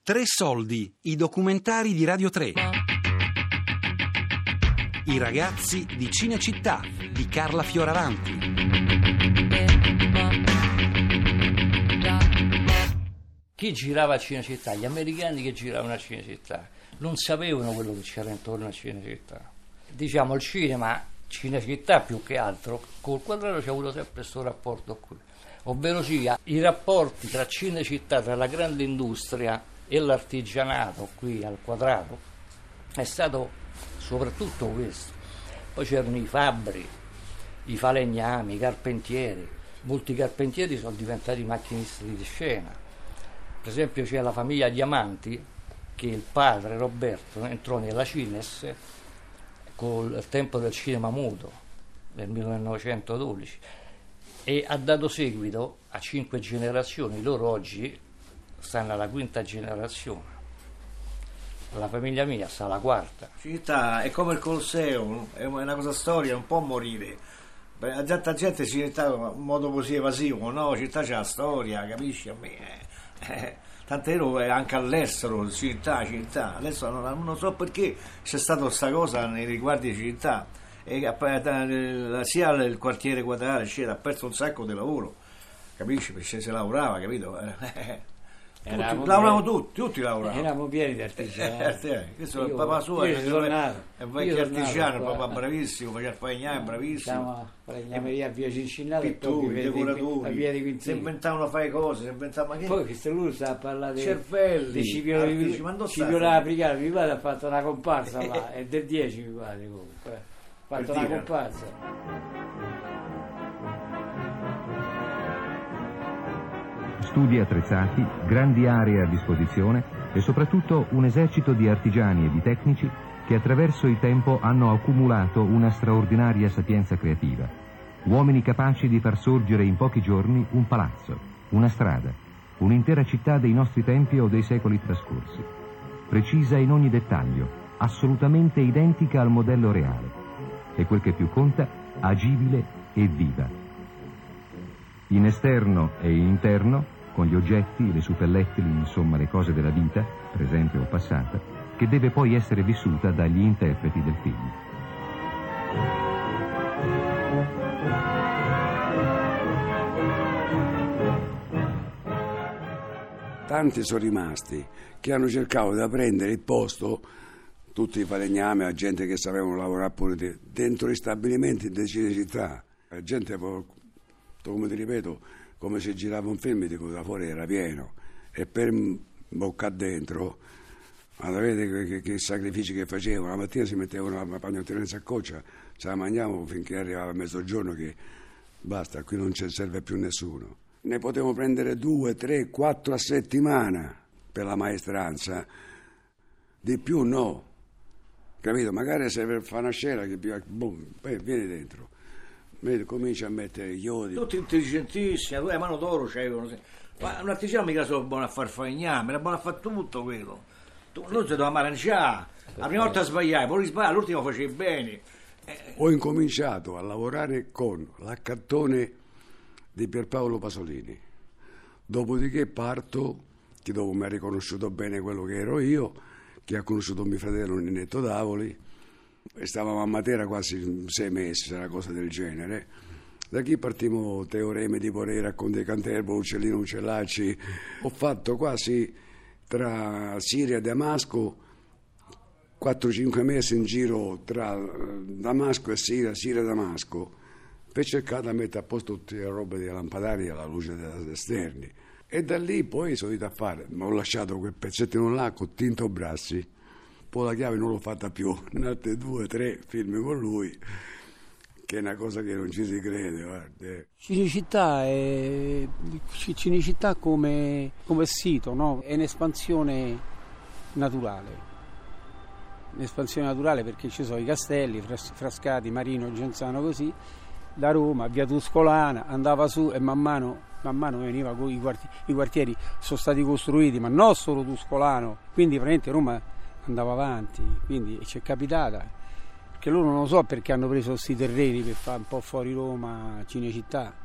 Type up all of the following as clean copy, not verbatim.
Tre soldi, i documentari di Radio 3. I ragazzi di Cinecittà di Carla Fioravanti. Chi girava a Cinecittà? Gli americani che giravano a Cinecittà non sapevano quello che c'era intorno a Cinecittà. Diciamo, il cinema, Cinecittà più che altro, col Quadrato c'è avuto sempre questo rapporto qui, ovvero sia i rapporti tra Cinecittà, tra la grande industria e l'artigianato qui al Quadrato è stato soprattutto questo. Poi c'erano i fabbri, i falegnami, i carpentieri. Molti carpentieri sono diventati macchinisti di scena. Per esempio c'è la famiglia Diamanti, che il padre Roberto entrò nella Cines col tempo del cinema muto nel 1912 e ha dato seguito a 5 generazioni. Loro oggi stanno alla 5ª generazione, la famiglia mia sta alla 4ª. Cinecittà è come il Colosseo, è una cosa storica, non può morire. La gente Cinecittà in modo così evasivo, no? Città c'è la storia, capisci? A me tant'è vero anche all'estero, Cinecittà, adesso non so perché c'è stata questa cosa nei riguardi di Cinecittà, sia il quartiere Quadrato ha perso un sacco di lavoro, capisci? Perché se lavorava, capito? Lavoravamo tutti lavoravamo. Eravamo pieni di artigiani. Questo il papà suo è vecchio artigiano, il papà bravissimo, faceva il falegname, bravissimo. Falegnameria a via Cincinnato, pittori, decoratori, a via di Quintino. si inventavano a fare cose, ma che... Poi questo lui sta a parlare di cervelli, di Scipio Africano. Mi pare ha fatto una comparsa là, è del 10 mi pare comunque. Ha fatto una comparsa. Studi attrezzati, grandi aree a disposizione e soprattutto un esercito di artigiani e di tecnici che attraverso il tempo hanno accumulato una straordinaria sapienza creativa. Uomini capaci di far sorgere in pochi giorni un palazzo, una strada, un'intera città dei nostri tempi o dei secoli trascorsi. Precisa in ogni dettaglio, assolutamente identica al modello reale. E quel che più conta, agibile e viva. In esterno e in interno, con gli oggetti, le suppellettili, insomma le cose della vita, presente o passata, che deve poi essere vissuta dagli interpreti del film. Tanti sono rimasti che hanno cercato di prendere il posto, tutti i falegnami, la gente che sapevano lavorare pure dentro gli stabilimenti di Cinecittà. La gente, come ti ripeto, come se girava un film, dico, da fuori era pieno, e per bocca dentro, ma sapete che sacrifici che facevano. La mattina si mettevano la pagnottina in saccoccia, ce la mangiavamo finché arrivava a mezzogiorno, che basta, qui non ci serve più nessuno. Ne potevo prendere 2, 3, 4 a settimana per la maestranza, di più no, capito? Magari se per fare una scena che boom, poi vieni dentro. Comincia a mettere gli odi. Tutti intelligentissimi, tu hai mano d'oro c'avevano. Ma un artigiano mica solo buono a far falegname, era buono a fare tutto quello. Noi si dovevamo arrangiare. La prima volta sbagliai, poi sbagliai, l'ultima facevi bene. Ho incominciato a lavorare con l'accattone di Pierpaolo Pasolini. Dopodiché parto, che dopo mi ha riconosciuto bene quello che ero io, che ha conosciuto mio fratello Ninetto Davoli. E stavamo a Matera quasi 6 mesi, una cosa del genere. Da qui partimmo teoremi di Poré, racconti di Canterbo, Uccellino, Uccellacci. Ho fatto quasi tra Siria e Damasco 4-5 mesi in giro tra Damasco e Siria, Siria e Damasco, per cercare di mettere a posto tutte le robe dei lampadari alla luce degli esterni. E da lì poi sono andato a fare, mi ho lasciato quel pezzettino là con Tinto Brassi. Poi la chiave non l'ho fatta più, in altri 2 o 3 film con lui, che è una cosa che non ci si crede, guarda. Cinecittà come sito, no? È un'espansione naturale. Un'espansione naturale perché ci sono i castelli, Frascati, Marino, Genzano, così, da Roma, via Tuscolana, andava su e man mano veniva i quartieri sono stati costruiti, ma non solo Tuscolano, quindi praticamente Roma andava avanti, quindi ci è capitata, perché loro non lo so perché hanno preso questi terreni per fare un po' fuori Roma, Cinecittà.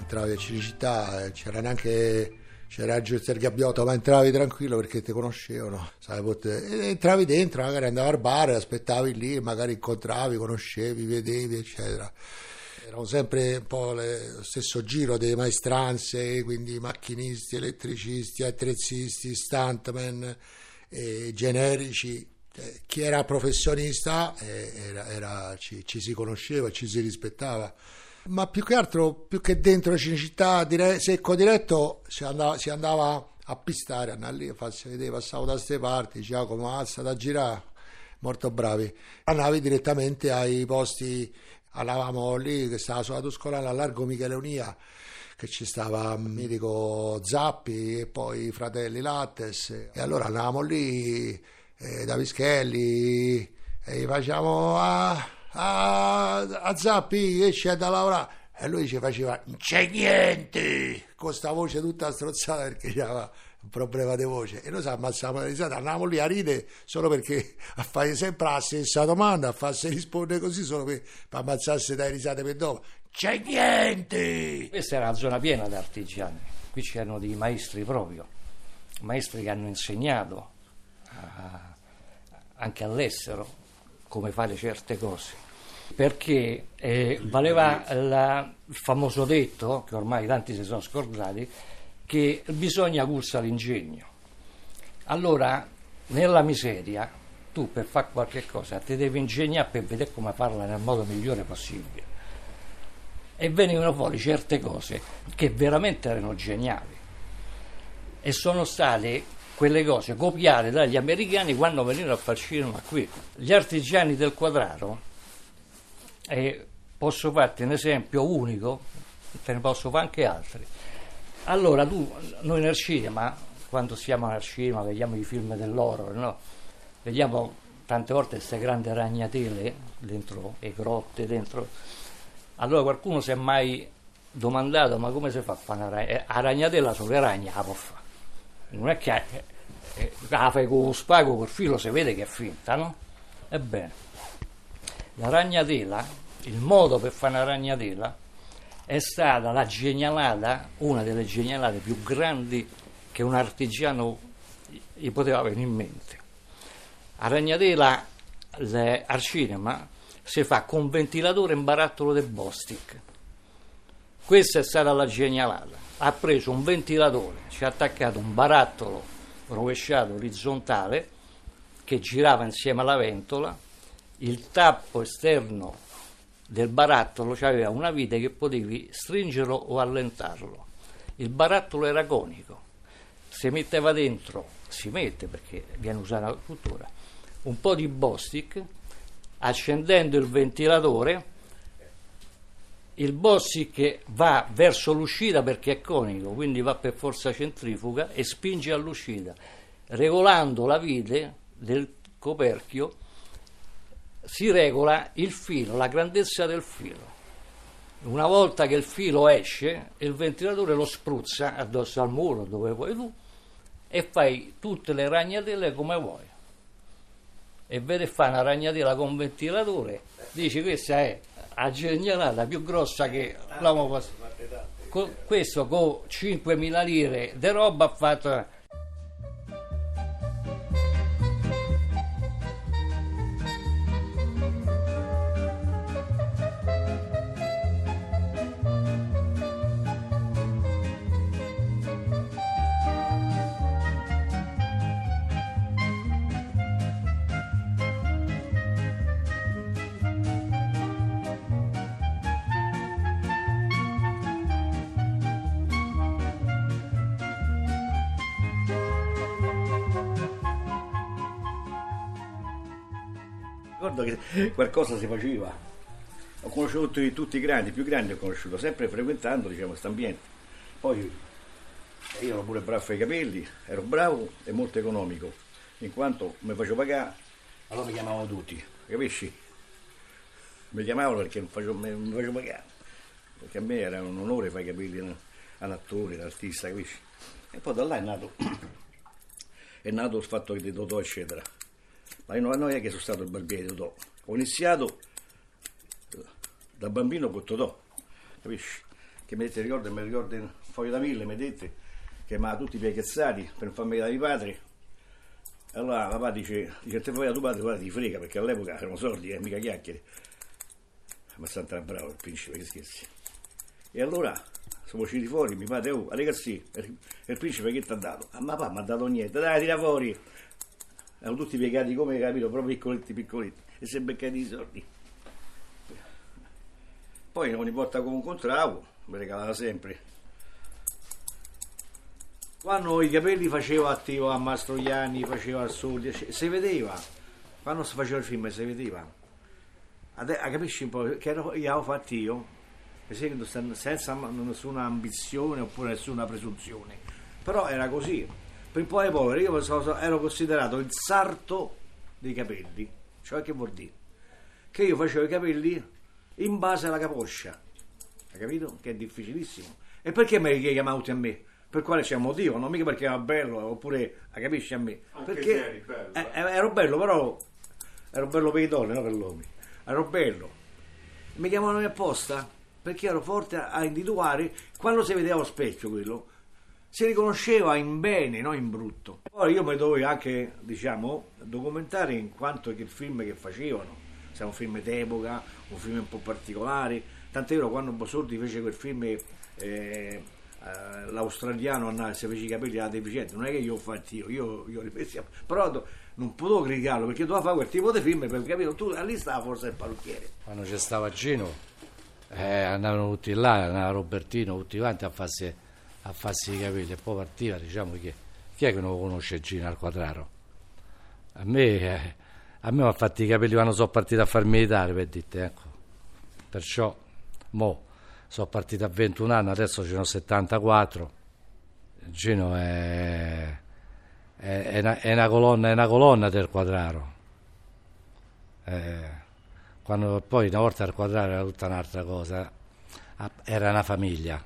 entravi a Cinecittà, c'era Giuseppe Gabbiotto, ma entravi tranquillo perché ti conoscevano, sai, e entravi dentro, magari andavi al bar, aspettavi lì, magari incontravi, conoscevi, vedevi, eccetera. Erano sempre un po' lo stesso giro delle maestranze, quindi macchinisti, elettricisti, attrezzisti, stuntman, generici. Chi era professionista ci si conosceva, ci si rispettava. Ma più che altro, più che dentro Cinecittà secco diretto, si andava a pistare, andare lì a farsi vedere, passavo da queste parti, Giacomo, alza da girare, molto bravi. Andavi direttamente ai posti, andavamo lì, che stava sulla Tuscolana, a largo Michele Unia, che ci stava Mirico Zappi e poi i fratelli Lattes, e allora andavamo lì, da Vischelli, e gli facciamo a Zappi che c'è da lavorare, e lui ci faceva non c'è niente con sta voce tutta strozzata perché aveva un problema di voce, e noi ci ammazzavamo la risata, andavamo lì a ridere solo perché a fare sempre la stessa domanda, a farsi rispondere così solo per ammazzarsi dai risate per dopo. C'è niente! Questa era una zona piena di artigiani, qui c'erano dei maestri proprio, maestri che hanno insegnato anche all'estero come fare certe cose, perché valeva il famoso detto, che ormai tanti si sono scordati, che bisogna cursa l'ingegno. Allora, nella miseria, tu per fare qualche cosa ti devi ingegnare per vedere come farla nel modo migliore possibile. E venivano fuori certe cose che veramente erano geniali, e sono state quelle cose copiate dagli americani quando venivano a fare cinema qui. Gli artigiani del Quadraro, posso farti un esempio unico, te ne posso fare anche altri. Allora noi nel cinema, quando siamo al cinema, vediamo i film dell'horror, no? Vediamo tante volte queste grandi ragnatele dentro le grotte, dentro. Allora qualcuno si è mai domandato: ma come si fa a fare una ragnatela sulle ragne? La può fare. Non è che la fai con lo spago, col filo, si vede che è finta, no? Ebbene, la ragnatela, il modo per fare una ragnatela è stata la genialata, una delle genialate più grandi che un artigiano gli poteva venire in mente. La ragnatela al cinema si fa con ventilatore in barattolo del Bostik. Questa è stata la genialata. Ha preso un ventilatore, ci ha attaccato un barattolo rovesciato orizzontale che girava insieme alla ventola, il tappo esterno del barattolo aveva una vite che potevi stringerlo o allentarlo. Il barattolo era conico, si metteva dentro, si mette perché viene usata tuttora, un po' di Bostik, accendendo il ventilatore. Il Bostik va verso l'uscita perché è conico, quindi va per forza centrifuga e spinge all'uscita, regolando la vite del coperchio. Si regola il filo, la grandezza del filo. Una volta che il filo esce, il ventilatore lo spruzza addosso al muro dove vuoi tu e fai tutte le ragnatele come vuoi. E vedi fare una ragnatela con ventilatore, dici questa è la genialata più grossa che l'uomo possa. Questo con 5.000 lire di roba ha fatto. Ricordo che qualcosa si faceva. Ho conosciuto tutti i grandi, i più grandi ho conosciuto, sempre frequentando, diciamo, questo ambiente. Poi io ero pure bravo a fare i capelli, ero bravo e molto economico, in quanto mi facevo pagare, allora mi chiamavano tutti, capisci? Mi chiamavano perché mi facevo pagare, perché a me era un onore fare i capelli a un attore, un artista, capisci? E poi da là è nato il fatto di Totò, eccetera. Ma io non è che sono stato il barbiere di Totò, ho iniziato da bambino con Totò, capisci? che mi dette, ricordo in foglio da 1000, mi dette, che mi ha tutti i miei cazzati per farmi dare i padri. Allora papà dice te poi a tuo padre guarda ti frega, perché all'epoca erano soldi, mica chiacchiere. Ma santa bravo il principe, che scherzi. E allora siamo usciti fuori, mi padre, ragazzi, il principe che ti ha dato? Ma papà mi ha dato niente, dai, tira fuori. Erano tutti piegati come, capito, proprio piccoletti, e si è beccati i soldi. Poi ogni volta che incontravo mi regalava sempre. Quando i capelli facevo attivo a Mastroianni, faceva al Soli, si vedeva. Quando si faceva il film si vedeva. Capisci un po' che li avevo fatti io, senza nessuna ambizione oppure nessuna presunzione. Però era così. Per un po' ai poveri io ero considerato il sarto dei capelli. Cioè che vuol dire? Che io facevo i capelli in base alla capoccia. Hai capito? Che è difficilissimo. E perché me li chiamavano tutti a me? Per quale c'è un motivo? Non mica perché era bello, oppure, capisci, a me? Anche perché eri bello, ero bello, però ero bello per i donne, non per gli uomini. Ero bello. Mi chiamavano apposta perché ero forte a individuare. Quando si vedeva allo specchio quello, si riconosceva in bene, non in brutto. Poi io mi dovevo anche, diciamo, documentare in quanto che il film che facevano, se era un film d'epoca, un film un po' particolare. Tant'è vero quando Bosordi fece quel film, l'australiano si fece i capelli alla deficiente, non è che io ho fatti io li feci, però non potevo criticarlo perché doveva fare quel tipo di film, per capire, tu lì stava forse il parrucchiere. Quando c'è stava Gino, andavano tutti là, andava Robertino, tutti quanti a farsi i capelli, e poi partiva, diciamo, chi è che non conosce Gino al Quadraro? A me mi ha fatti i capelli quando sono partito a far militare, per dirti, ecco. Perciò mo sono partito a 21 anni, adesso ce ne ho 74. Gino è una colonna del Quadraro. Quando poi una volta il Quadraro era tutta un'altra cosa, era una famiglia,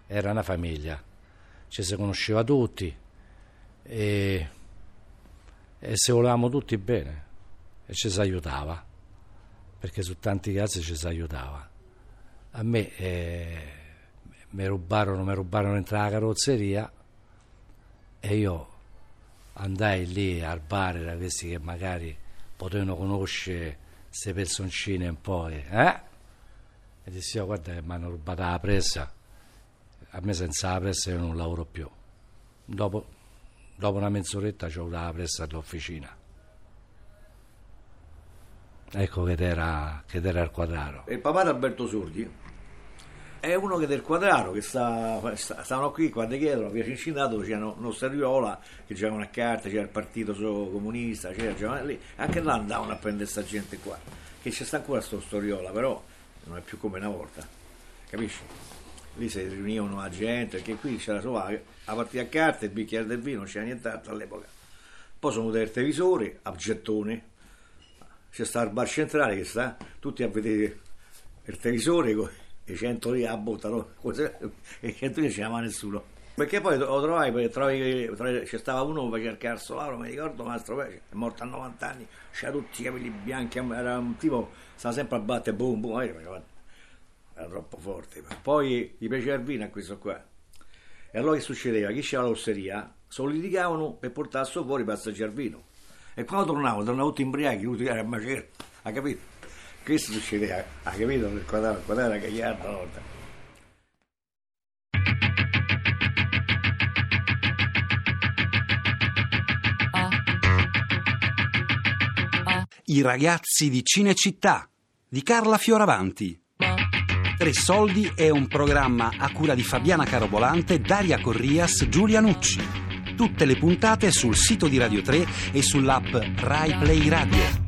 ci si conosceva tutti e se volevamo tutti bene e ci si aiutava, perché su tanti casi ci si aiutava. A me mi rubarono entrare alla carrozzeria e io andai lì al bar da questi che magari potevano conoscere queste personcine un po', e dissi, guarda che mi hanno rubato la pressa, a me senza la pressa io non lavoro più. Dopo una mezz'oretta c'ho avuto la pressa all'officina. Ecco che era il Quadraro. E il papà di Alberto Sordi è uno che del Quadraro, che stavano qui quando chiedono, via Cincinato, c'era Nostariola, che giocavano a carte, c'era il partito comunista, c'era lì, anche là andavano a prendere sta gente qua, che c'è sta ancora sto Storiola, però non è più come una volta, capisci? Lì si riunivano la gente, perché qui c'era solo la partita a carte, il bicchiere del vino, non c'era nient'altro all'epoca. Poi sono venuti il televisore, a gettone, c'è sta il bar centrale che sta tutti a vedere il televisore e 100 lì a bottano e 100 lì non c'era mai nessuno, perché poi lo trovi c'è stava uno che faceva il carzolaro, mi ricordo, Mastro Pece, è morto a 90 anni, c'era tutti i capelli bianchi, era un tipo, stava sempre a battere boom boom, era troppo forte. Poi gli piaceva il vino a questo qua, e allora che succedeva? Chi c'era l'osteria se lo litigavano per portarsi fuori per assaggiare il vino, e quando tornavano tutti imbriachi, lui era a macello, ha capito? Questo succedeva, ha capito? Il Quadraro era cagliardo una volta. I ragazzi di Cinecittà di Carla Fioravanti. Tre soldi è un programma a cura di Fabiana Carobolante, Daria Corrias, Giulia Nucci. Tutte le puntate sul sito di Radio 3 e sull'app Rai Play Radio.